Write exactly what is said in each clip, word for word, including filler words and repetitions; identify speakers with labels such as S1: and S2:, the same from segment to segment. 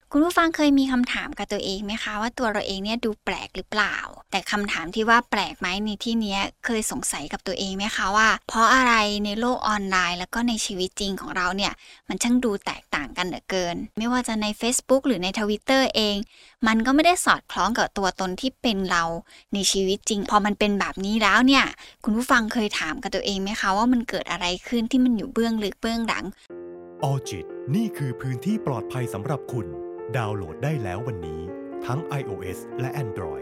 S1: คุณผู้ฟังเคยมีคำถามกับตัวเองไหมคะว่าตัวเราเองเนี่ยดูแปลกหรือเปล่าแต่คำถามที่ว่าแปลกไหมในที่นี้เคยสงสัยกับตัวเองไหมคะว่าเพราะอะไรในโลกออนไลน์แล้วก็ในชีวิตจริงของเราเนี่ยมันช่างดูแตกต่างกันเหลือเกินไม่ว่าจะใน Facebook หรือใน Twitter เองมันก็ไม่ได้สอดคล้องกับตัวตนที่เป็นเราในชีวิตจริงพอมันเป็นแบบนี้แล้วเนี่ยคุณผู้ฟังเคยถามกับตัวเองไหมคะว่ามันเกิดอะไรขึ้นที่มันอยู่เบื้องลึกเบื้องหลัง
S2: Orchid นี่คือพื้นที่ปลอดภัยสำหรับคุณดาวน์โหลดได้แล้ววันนี้ทั้ง iOS และ Android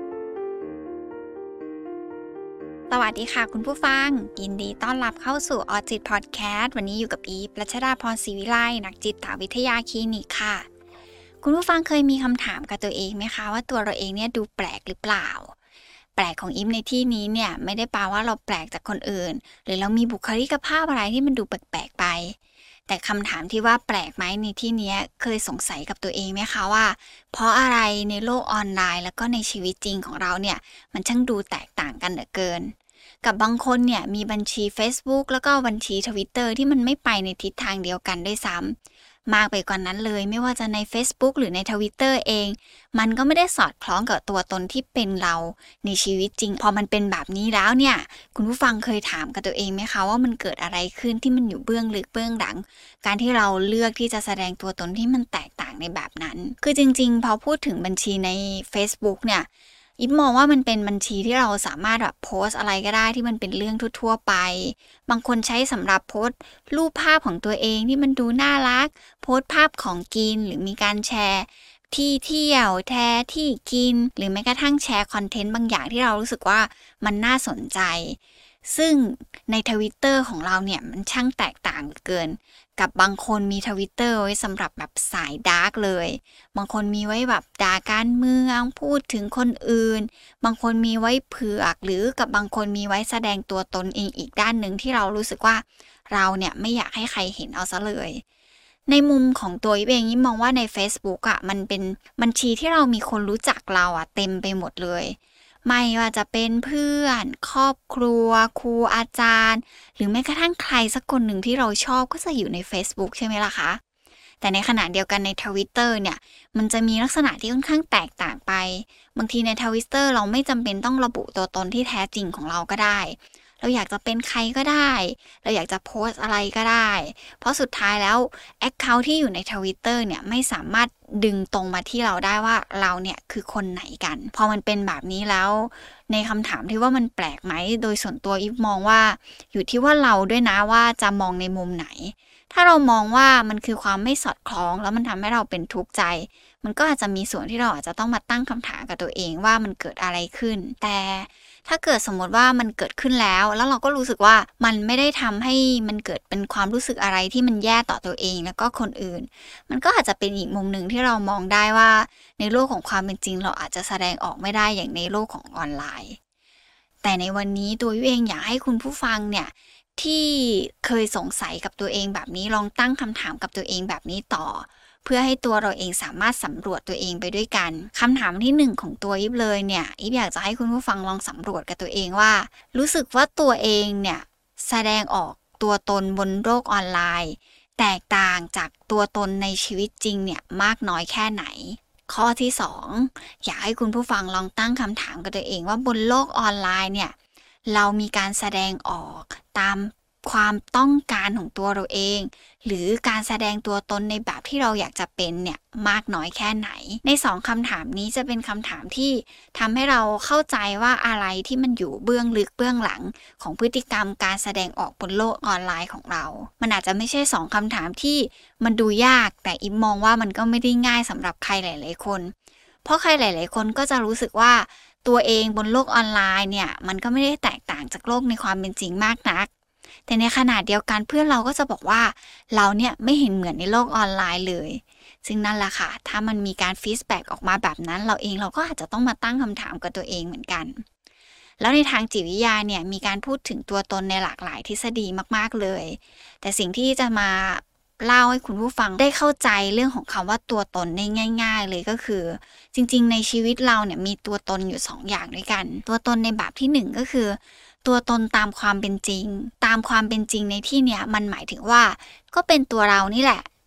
S1: สวัสดีค่ะคุณผู้ฟังยินดีต้อนรับเข้าสู่ Orchid Podcast วันนี้อยู่กับอีฟรัชดาพรศรีวิไลนักจิตวิทยาคลินิกค่ะคุณผู้ฟังเคยมีคำถามกับตัวเองไหมคะว่าตัวเราเองเนี่ยดูแปลกหรือเปล่าแปลกของอีฟในที่นี้เนี่ยไม่ได้แปลว่าเราแปลกจากคนอื่นหรือเรามีบุคลิกภาพอะไรที่มันดูแปลกๆไปแต่คำถามที่ว่าแปลกไหมในที่นี้เคยสงสัยกับตัวเองไหมคะว่าเพราะอะไรในโลกออนไลน์แล้วก็ในชีวิตจริงของเราเนี่ยมันช่างดูแตกต่างกันเหลือเกินกับบางคนเนี่ยมีบัญชี Facebook แล้วก็บัญชี Twitter ที่มันไม่ไปในทิศทางเดียวกันด้วยซ้ำมากไปกว่านั้นเลยไม่ว่าจะใน Facebook หรือใน Twitter เองมันก็ไม่ได้สอดคล้องกับตัวตนที่เป็นเราในชีวิตจริงพอมันเป็นแบบนี้แล้วเนี่ยคุณผู้ฟังเคยถามกับตัวเองไหมคะว่ามันเกิดอะไรขึ้นที่มันอยู่เบื้องลึกเบื้องหลังการที่เราเลือกที่จะแสดงตัวตนที่มันแตกต่างในแบบนั้นคือจริงๆพอพูดถึงบัญชีใน Facebook เนี่ยอิฟมองว่ามันเป็นบัญชีที่เราสามารถแบบโพสอะไรก็ได้ที่มันเป็นเรื่องทั่วๆไปบางคนใช้สำหรับโพสรูปภาพของตัวเองที่มันดูน่ารักโพสภาพของกินหรือมีการแชร์ที่เที่ยวแท้ที่กินหรือแม้กระทั่งแชร์คอนเทนต์บางอย่างที่เรารู้สึกว่ามันน่าสนใจซึ่งใน Twitter ของเราเนี่ยมันช่างแตกต่างเหลือเกินกับบางคนมี Twitter ไว้สำหรับแบบสายดาร์กเลยบางคนมีไว้แบบด่าการเมืองพูดถึงคนอื่นบางคนมีไว้เผือกหรือกับบางคนมีไว้แสดงตัวตนเองอีกด้านหนึ่งที่เรารู้สึกว่าเราเนี่ยไม่อยากให้ใครเห็นเอาซะเลยในมุมของตัวเองยิ่งมองว่าใน Facebook อ่ะมันเป็นบัญชีที่เรามีคนรู้จักเราอ่ะเต็มไปหมดเลยไม่ว่าจะเป็นเพื่อนครอบครัวครูอาจารย์หรือแม้กระทั่งใครสักคนหนึ่งที่เราชอบก็จะอยู่ใน Facebook ใช่ไหมล่ะคะแต่ในขณะเดียวกันใน Twitter เนี่ยมันจะมีลักษณะที่ค่อนข้างแตกต่างไปบางทีใน Twitter เราไม่จำเป็นต้องระบุตัวตนที่แท้จริงของเราก็ได้เราอยากจะเป็นใครก็ได้เราอยากจะโพสอะไรก็ได้เพราะสุดท้ายแล้ว Account ที่อยู่ใน Twitter เนี่ยไม่สามารถดึงตรงมาที่เราได้ว่าเราเนี่ยคือคนไหนกันพอมันเป็นแบบนี้แล้วในคำถามที่ว่ามันแปลกไหมโดยส่วนตัวอีฟมองว่าอยู่ที่ว่าเราด้วยนะว่าจะมองในมุมไหนถ้าเรามองว่ามันคือความไม่สอดคล้องแล้วมันทำให้เราเป็นทุกข์ใจมันก็อาจจะมีส่วนที่เราอาจจะต้องมาตั้งคำถามกับตัวเองว่ามันเกิดอะไรขึ้นแต่ถ้าเกิดสมมติว่ามันเกิดขึ้นแล้วแล้วเราก็รู้สึกว่ามันไม่ได้ทำให้มันเกิดเป็นความรู้สึกอะไรที่มันแย่ต่อตัวเองแล้วก็คนอื่นมันก็อาจจะเป็นอีกมุมหนึ่งที่เรามองได้ว่าในโลกของความเป็นจริงเราอาจจะแสดงออกไม่ได้อย่างในโลกของออนไลน์แต่ในวันนี้ตัวเองอยากให้คุณผู้ฟังเนี่ยที่เคยสงสัยกับตัวเองแบบนี้ลองตั้งคำถามกับตัวเองแบบนี้ต่อเพื่อให้ตัวเราเองสามารถสำรวจตัวเองไปด้วยกันคำถามที่หนึ่งของตัวอีฟเลยเนี่ยอีฟอยากจะให้คุณผู้ฟังลองสำรวจกับตัวเองว่ารู้สึกว่าตัวเองเนี่ยแสดงออกตัวตนบนโลกออนไลน์แตกต่างจากตัวตนในชีวิตจริงเนี่ยมากน้อยแค่ไหนข้อที่สองอยากให้คุณผู้ฟังลองตั้งคำถามกับตัวเองว่าบนโลกออนไลน์เนี่ยเรามีการแสดงออกตามความต้องการของตัวเราเองหรือการแสดงตัวตนในแบบที่เราอยากจะเป็นเนี่ยมากน้อยแค่ไหนในสองคำถามนี้จะเป็นคำถามที่ทำให้เราเข้าใจว่าอะไรที่มันอยู่เบื้องลึกเบื้องหลังของพฤติกรรมการแสดงออกบนโลกออนไลน์ของเรามันอาจจะไม่ใช่สองคำถามที่มันดูยากแต่อิมมองว่ามันก็ไม่ได้ง่ายสำหรับใครหลายๆคนเพราะใครหลายๆคนก็จะรู้สึกว่าตัวเองบนโลกออนไลน์เนี่ยมันก็ไม่ได้แตกต่างจากโลกในความเป็นจริงมากนักแต่ในขณะเดียวกันเพื่อนเราก็จะบอกว่าเราเนี่ยไม่เห็นเหมือนในโลกออนไลน์เลยซึ่งนั่นแหละค่ะถ้ามันมีการฟีดแบ็กออกมาแบบนั้นเราเองเราก็อาจจะต้องมาตั้งคำถามกับตัวเองเหมือนกันแล้วในทางจิตวิทยาเนี่ยมีการพูดถึงตัวตนในหลากหลายทฤษฎีมากๆเลยแต่สิ่งที่จะมาเล่าให้คุณผู้ฟังได้เข้าใจเรื่องของคำว่าตัวตนได้ง่ายๆเลยก็คือจริงๆในชีวิตเราเนี่ยมีตัวตนอยู่สองอย่างด้วยกันตัวตนในแบบที่หนึ่งก็คือตัวตนตามความเป็นจริงตามความเป็นจริงในที่เนี้ยมันหมายถึงว่าก็เป็นตัวเรานี่แหละ เ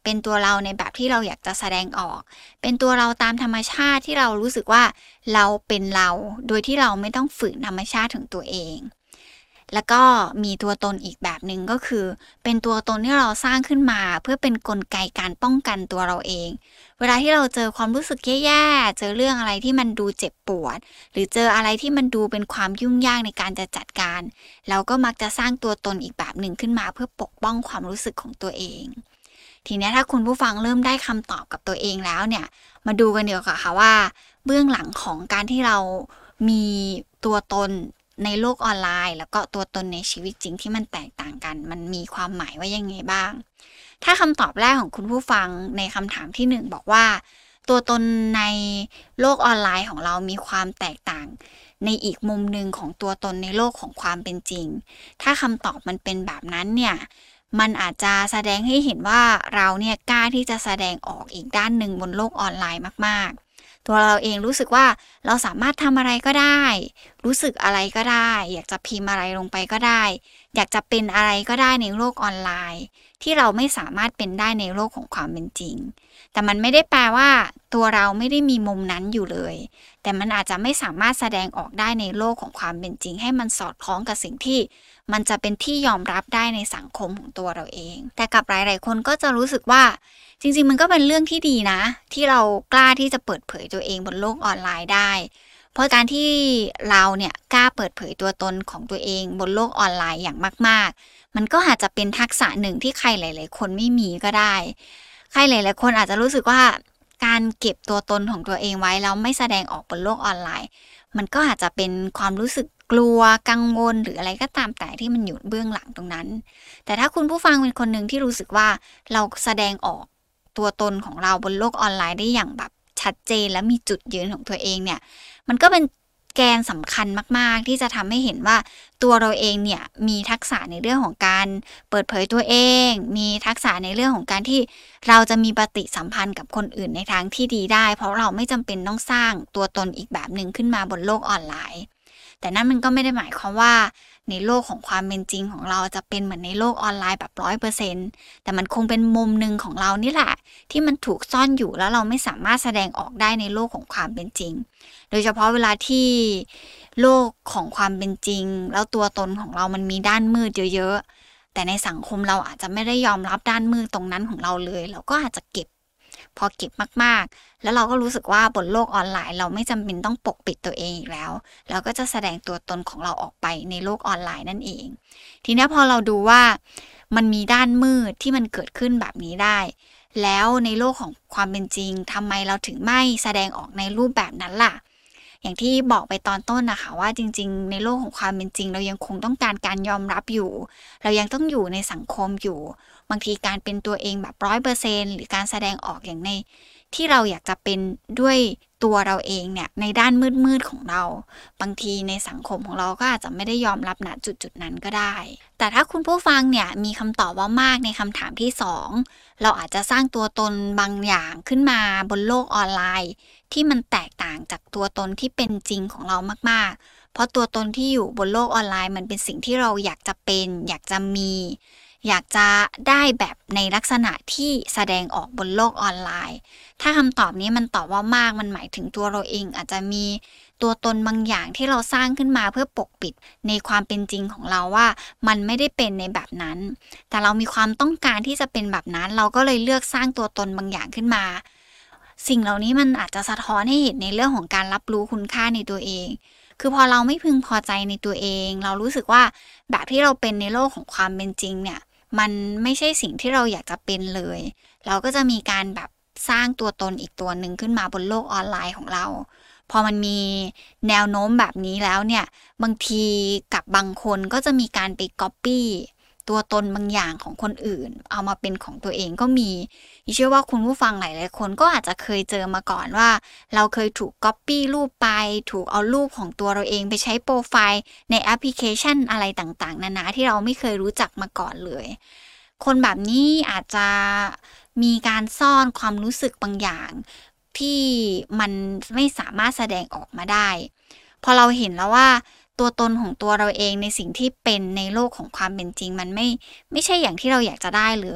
S1: เป็นตัวเราในแบบที่เราอยากจะแสดงออกเป็นตัวเราตามธรรมชาติที่เรารู้สึกว่าเราเป็นเราโดยที่เราไม่ต้องฝืนธรรมชาติของตัวเองแล้วก็มีตัวตนอีกแบบหนึ่งก็คือเป็นตัวตนที่เราสร้างขึ้นมาเพื่อเป็นกลไกการป้องกันตัวเราเองเวลาที่เราเจอความรู้สึกแย่ๆเจอเรื่องอะไรที่มันดูเจ็บปวดหรือเจออะไรที่มันดูเป็นความยุ่งยากในการจะจัดการเราก็มักจะสร้างตัวตนอีกแบบหนึ่งขึ้นมาเพื่อปกป้องความรู้สึกของตัวเองทีนี้ถ้าคุณผู้ฟังเริ่มได้คำตอบกับตัวเองแล้วเนี่ยมาดูกันเดียวกันค่ะว่าเบื้องหลังของการที่เรามีตัวตนในโลกออนไลน์แล้วก็ตัวตนในชีวิตจริงที่มันแตกต่างกันมันมีความหมายว่ายังไงบ้างถ้าคำตอบแรกของคุณผู้ฟังในคำถามที่หนึ่งบอกว่าตัวตนในโลกออนไลน์ของเรามีความแตกต่างในอีกมุมหนึ่งของตัวตนในโลกของความเป็นจริงถ้าคำตอบมันเป็นแบบนั้นเนี่ยมันอาจจะแสดงให้เห็นว่าเราเนี่ยกล้าที่จะแสดงออกอีกด้านหนึ่งบนโลกออนไลน์มากๆตัวเราเองรู้สึกว่าเราสามารถทำอะไรก็ได้รู้สึกอะไรก็ได้อยากจะพิมพ์อะไรลงไปก็ได้อยากจะเป็นอะไรก็ได้ในโลกออนไลน์ที่เราไม่สามารถเป็นได้ในโลกของความเป็นจริงแต่มันไม่ได้แปลว่าตัวเราไม่ได้มีมุมนั้นอยู่เลยแต่มันอาจจะไม่สามารถแสดงออกได้ในโลกของความเป็นจริงให้มันสอดคล้องกับสิ่งที่มันจะเป็นที่ยอมรับได้ในสังคมของตัวเราเองแต่กับหลายๆคนก็จะรู้สึกว่าจริงๆมันก็เป็นเรื่องที่ดีนะที่เรากล้าที่จะเปิดเผยตัวเองบนโลกออนไลน์ได้เพราะการที่เราเนี่ยกล้าเปิดเผยตัวตนของตัวเองบนโลกออนไลน์อย่างมากๆมันก็อาจจะเป็นทักษะหนึ่งที่ใครหลายๆคนไม่มีก็ได้ใครหลายๆคนอาจจะรู้สึกว่าการเก็บตัวตนของตัวเองไว้แล้วไม่แสดงออกบนโลกออนไลน์มันก็อาจจะเป็นความรู้สึกกลัวกังวลหรืออะไรก็ตามแต่ที่มันอยู่เบื้องหลังตรงนั้นแต่ถ้าคุณผู้ฟังเป็นคนหนึ่งที่รู้สึกว่าเราแสดงออกตัวตนของเราบนโลกออนไลน์ได้อย่างแบบชัดเจนและมีจุดยืนของตัวเองเนี่ยมันก็เป็นแกนสำคัญมากๆที่จะทำให้เห็นว่าตัวเราเองเนี่ยมีทักษะในเรื่องของการเปิดเผยตัวเองมีทักษะในเรื่องของการที่เราจะมีปฏิสัมพันธ์กับคนอื่นในทางที่ดีได้เพราะเราไม่จำเป็นต้องสร้างตัวตนอีกแบบหนึ่งขึ้นมาบนโลกออนไลน์แต่นั่นมันก็ไม่ได้หมายความว่าในโลกของความเป็นจริงของเราจะเป็นเหมือนในโลกออนไลน์แบบ ร้อยเปอร์เซ็นต์ แต่มันคงเป็นมุมนึงของเรานี่แหละที่มันถูกซ่อนอยู่แล้วเราไม่สามารถแสดงออกได้ในโลกของความเป็นจริงโดยเฉพาะเวลาที่โลกของความเป็นจริงแล้วตัวตนของเรามันมีด้านมืดเยอะๆแต่ในสังคมเราอาจจะไม่ได้ยอมรับด้านมืดตรงนั้นของเราเลยเราก็อาจจะเก็บพอเก็บมากๆแล้วเราก็รู้สึกว่าบนโลกออนไลน์เราไม่จำเป็นต้องปกปิดตัวเองอีกแล้วเราก็จะแสดงตัวตนของเราออกไปในโลกออนไลน์นั่นเองทีนี้พอเราดูว่ามันมีด้านมืดที่มันเกิดขึ้นแบบนี้ได้แล้วในโลกของความเป็นจริงทำไมเราถึงไม่แสดงออกในรูปแบบนั้นล่ะอย่างที่บอกไปตอนต้นนะคะว่าจริงๆในโลกของความเป็นจริงเรายังคงต้องการการยอมรับอยู่เรายังต้องอยู่ในสังคมอยู่บางทีการเป็นตัวเองแบบ ร้อยเปอร์เซ็นต์ หรือการแสดงออกอย่างในที่เราอยากจะเป็นด้วยตัวเราเองเนี่ยในด้านมืดๆของเราบางทีในสังคมของเราก็อาจจะไม่ได้ยอมรับณจุดๆนั้นก็ได้แต่ถ้าคุณผู้ฟังเนี่ยมีคำตอบว่ามากในคำถามที่สองเราอาจจะสร้างตัวตนบางอย่างขึ้นมาบนโลกออนไลน์ที่มันแตกต่างจากตัวตนที่เป็นจริงของเรามากๆเพราะตัวตนที่อยู่บนโลกออนไลน์มันเป็นสิ่งที่เราอยากจะเป็นอยากจะมีอยากจะได้แบบในลักษณะที่แสดงออกบนโลกออนไลน์ถ้าคำตอบนี้มันตอบว่ามากมันหมายถึงตัวเราเองอาจจะมีตัวตนบางอย่างที่เราสร้างขึ้นมาเพื่อปกปิดในความเป็นจริงของเราว่ามันไม่ได้เป็นในแบบนั้นแต่เรามีความต้องการที่จะเป็นแบบนั้นเราก็เลยเลือกสร้างตัวตนบางอย่างขึ้นมาสิ่งเหล่านี้มันอาจจะสะท้อนให้เห็นในเรื่องของการรับรู้คุณค่าในตัวเองคือพอเราไม่พึงพอใจในตัวเองเรารู้สึกว่าแบบที่เราเป็นในโลกของความเป็นจริงเนี่ยมันไม่ใช่สิ่งที่เราอยากจะเป็นเลยเราก็จะมีการแบบสร้างตัวตนอีกตัวหนึ่งขึ้นมาบนโลกออนไลน์ของเราพอมันมีแนวโน้มแบบนี้แล้วเนี่ยบางทีกับบางคนก็จะมีการไปก๊อปปี้ตัวตนบางอย่างของคนอื่นเอามาเป็นของตัวเองก็มีเชื่อว่าคุณผู้ฟังหลายๆคนก็อาจจะเคยเจอมาก่อนว่าเราเคยถูกก๊อปปี้รูปไปถูกเอารูปของตัวเราเองไปใช้โปรไฟล์ในแอปพลิเคชันอะไรต่างๆนานาที่เราไม่เคยรู้จักมาก่อนเลยคนแบบนี้อาจจะมีการซ่อนความรู้สึกบางอย่างที่มันไม่สามารถแสดงออกมาได้พอเราเห็นแล้วว่าตัวตนของตัวเราเองในสิ่งที่เป็นในโลกของความเป็นจริงมันไม่ไม่ใช่อย่างที่เราอยากจะได้เลยอ่ะ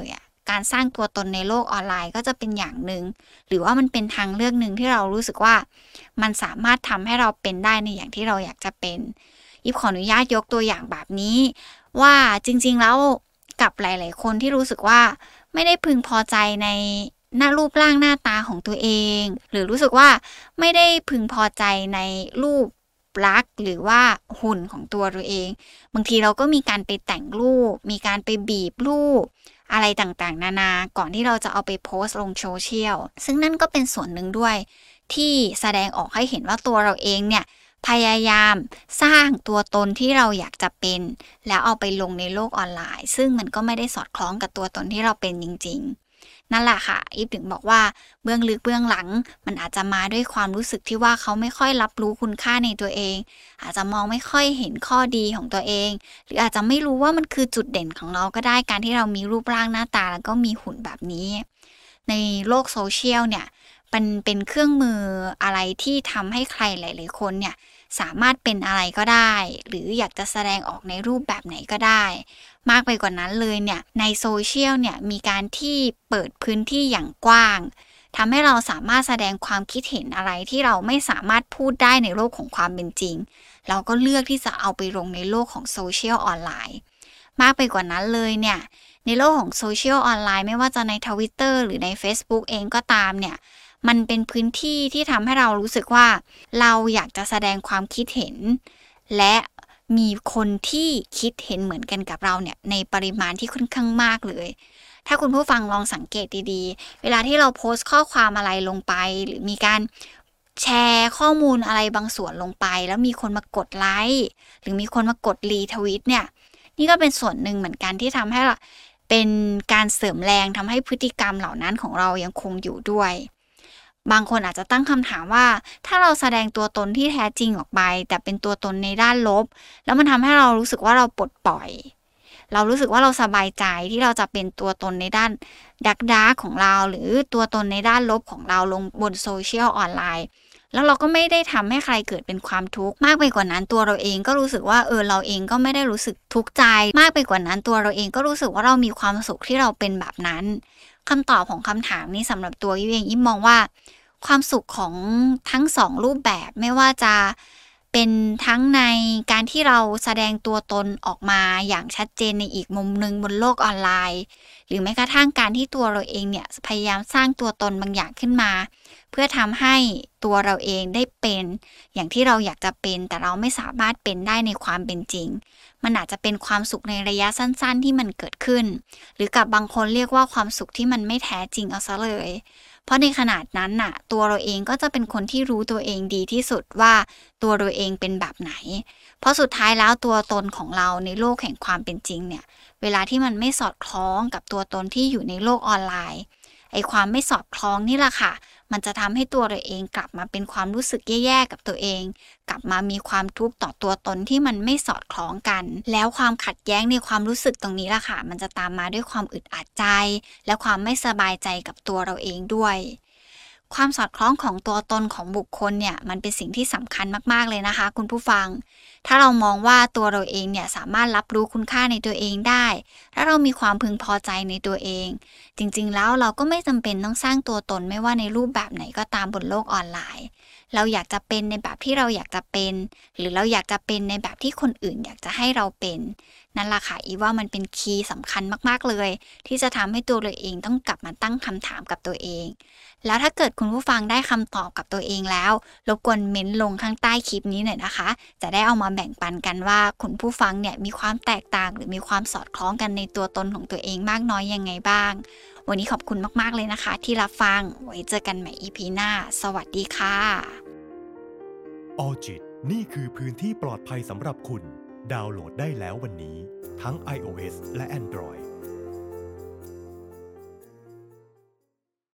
S1: การสร้างตัวตนในโลกออนไลน์ก็จะเป็นอย่างหนึ่งหรือว่ามันเป็นทางเลือกหนึ่งที่เรารู้สึกว่ามันสามารถทำให้เราเป็นได้ในอย่างที่เราอยากจะเป็นอีฟขออนุญาตยกตัวอย่างแบบนี้ว่าจริงๆแล้วกับหลายๆคนที่รู้สึกว่าไม่ได้พึงพอใจในหน้ารูปร่างหน้าตาของตัวเองหรือรู้สึกว่าไม่ได้พึงพอใจในรูปลักษณ์หรือว่าหุ่นของตัวเราเองบางทีเราก็มีการไปแต่งรูปมีการไปบีบรูปอะไรต่างๆนานาก่อนที่เราจะเอาไปโพสต์ลงโซเชียลซึ่งนั่นก็เป็นส่วนหนึ่งด้วยที่แสดงออกให้เห็นว่าตัวเราเองเนี่ยพยายามสร้างตัวตนที่เราอยากจะเป็นแล้วเอาไปลงในโลกออนไลน์ซึ่งมันก็ไม่ได้สอดคล้องกับตัวตนที่เราเป็นจริงๆนั่นแหละค่ะอีฟถึงบอกว่าเบื้องลึกเบื้องหลังมันอาจจะมาด้วยความรู้สึกที่ว่าเขาไม่ค่อยรับรู้คุณค่าในตัวเองอาจจะมองไม่ค่อยเห็นข้อดีของตัวเองหรืออาจจะไม่รู้ว่ามันคือจุดเด่นของเราก็ได้การที่เรามีรูปร่างหน้าตาแล้วก็มีหุ่นแบบนี้ในโลกโซเชียลเนี่ยมันเป็นเครื่องมืออะไรที่ทำให้ใครหลายๆคนเนี่ยสามารถเป็นอะไรก็ได้หรืออยากจะแสดงออกในรูปแบบไหนก็ได้มากไปกว่านั้นเลยเนี่ยในโซเชียลเนี่ยมีการที่เปิดพื้นที่อย่างกว้างทำให้เราสามารถแสดงความคิดเห็นอะไรที่เราไม่สามารถพูดได้ในโลกของความเป็นจริงเราก็เลือกที่จะเอาไปลงในโลกของโซเชียลออนไลน์มากไปกว่านั้นเลยเนี่ยในโลกของโซเชียลออนไลน์ไม่ว่าจะใน Twitter หรือใน Facebook เองก็ตามเนี่ยมันเป็นพื้นที่ที่ทำให้เรารู้สึกว่าเราอยากจะแสดงความคิดเห็นและมีคนที่คิดเห็นเหมือนกันกับเราเนี่ยในปริมาณที่ค่อนข้างมากเลยถ้าคุณผู้ฟังลองสังเกตดีๆเวลาที่เราโพสต์ข้อความอะไรลงไปหรือมีการแชร์ข้อมูลอะไรบางส่วนลงไปแล้วมีคนมากดไลค์หรือมีคนมากดรีทวีตเนี่ยนี่ก็เป็นส่วนหนึ่งเหมือนกันที่ทำให้เราเป็นการเสริมแรงทำให้พฤติกรรมเหล่านั้นของเรายังคงอยู่ด้วยบางคนอาจจะตั้งคำถามว่าถ้าเราแสดงตัวตนที่แท้จริงออกไปแต่เป็นตัวตนในด้านลบแล้วมันทำให้เรารู้สึกว่าเราปลดปล่อยเรารู้สึกว่าเราสบายใจที่เราจะเป็นตัวตนในด้านดักดาร์กของเราหรือตัวตนในด้านลบของเราลงบนโซเชียลออนไลน์แล้วเราก็ไม่ได้ทำให้ใครเกิดเป็นความทุกข์มากไปกว่านั้นตัวเราเองก็รู้สึกว่าเออเราเองก็ไม่ได้รู้สึกทุกข์ใจมากไปกว่านั้นตัวเราเองก็รู้สึกว่าเรามีความสุขที่เราเป็นแบบนั้นคำตอบของคำถามนี้สำหรับตัวยิ่งเองยิ่งมองว่าความสุขของทั้งสองรูปแบบไม่ว่าจะเป็นทั้งในการที่เราแสดงตัวตนออกมาอย่างชัดเจนในอีกมุมนึงบนโลกออนไลน์หรือแม้กระทั่งการที่ตัวเราเองเนี่ยพยายามสร้างตัวตนบางอย่างขึ้นมาเพื่อทำให้ตัวเราเองได้เป็นอย่างที่เราอยากจะเป็นแต่เราไม่สามารถเป็นได้ในความเป็นจริงมันอาจจะเป็นความสุขในระยะสั้นๆที่มันเกิดขึ้นหรือกับบางคนเรียกว่าความสุขที่มันไม่แท้จริงเอาซะเลยเพราะในขนาดนั้นน่ะตัวเราเองก็จะเป็นคนที่รู้ตัวเองดีที่สุดว่าตัวเราเองเป็นแบบไหนเพราะสุดท้ายแล้วตัวตนของเราในโลกแห่งความเป็นจริงเนี่ยเวลาที่มันไม่สอดคล้องกับตัวตนที่อยู่ในโลกออนไลน์ไอ้ความไม่สอดคล้องนี่แหละค่ะมันจะทำให้ตัวเราเองกลับมาเป็นความรู้สึกแย่ๆกับตัวเองกลับมามีความทุกข์ต่อตัวตนที่มันไม่สอดคล้องกันแล้วความขัดแย้งในความรู้สึกตรงนี้ล่ะค่ะมันจะตามมาด้วยความอึดอัดใจและความไม่สบายใจกับตัวเราเองด้วยความสอดคล้องของตัวตนของบุคคลเนี่ยมันเป็นสิ่งที่สำคัญมากๆเลยนะคะคุณผู้ฟังถ้าเรามองว่าตัวเราเองเนี่ยสามารถรับรู้คุณค่าในตัวเองได้ถ้าเรามีความพึงพอใจในตัวเองจริงๆแล้วเราก็ไม่จำเป็นต้องสร้างตัวตนไม่ว่าในรูปแบบไหนก็ตามบนโลกออนไลน์เราอยากจะเป็นในแบบที่เราอยากจะเป็นหรือเราอยากจะเป็นในแบบที่คนอื่นอยากจะให้เราเป็นนั่นแหละค่ะอีว่ามันเป็นคีย์สำคัญมากๆเลยที่จะทำให้ตัวเราเองต้องกลับมาตั้งคำถามกับตัวเองแล้วถ้าเกิดคุณผู้ฟังได้คำตอบกับตัวเองแล้วรบกวนเม้นลงข้างใต้คลิปนี้หน่อยนะคะจะได้เอามาแบ่งปันกันว่าคุณผู้ฟังเนี่ยมีความแตกต่างหรือมีความสอดคล้องกันในตัวตนของตัวเองมากน้อยยังไงบ้างวันนี้ขอบคุณมากๆเลยนะคะที่รับฟังไว้เจอกันใหม่ อี พี หน้าสวัสดีค่ะ
S2: ออจิตนี่คือพื้นที่ปลอดภัยสำหรับคุณดาวน์โหลดได้แล้ววันนี้ทั้ง iOS และ Android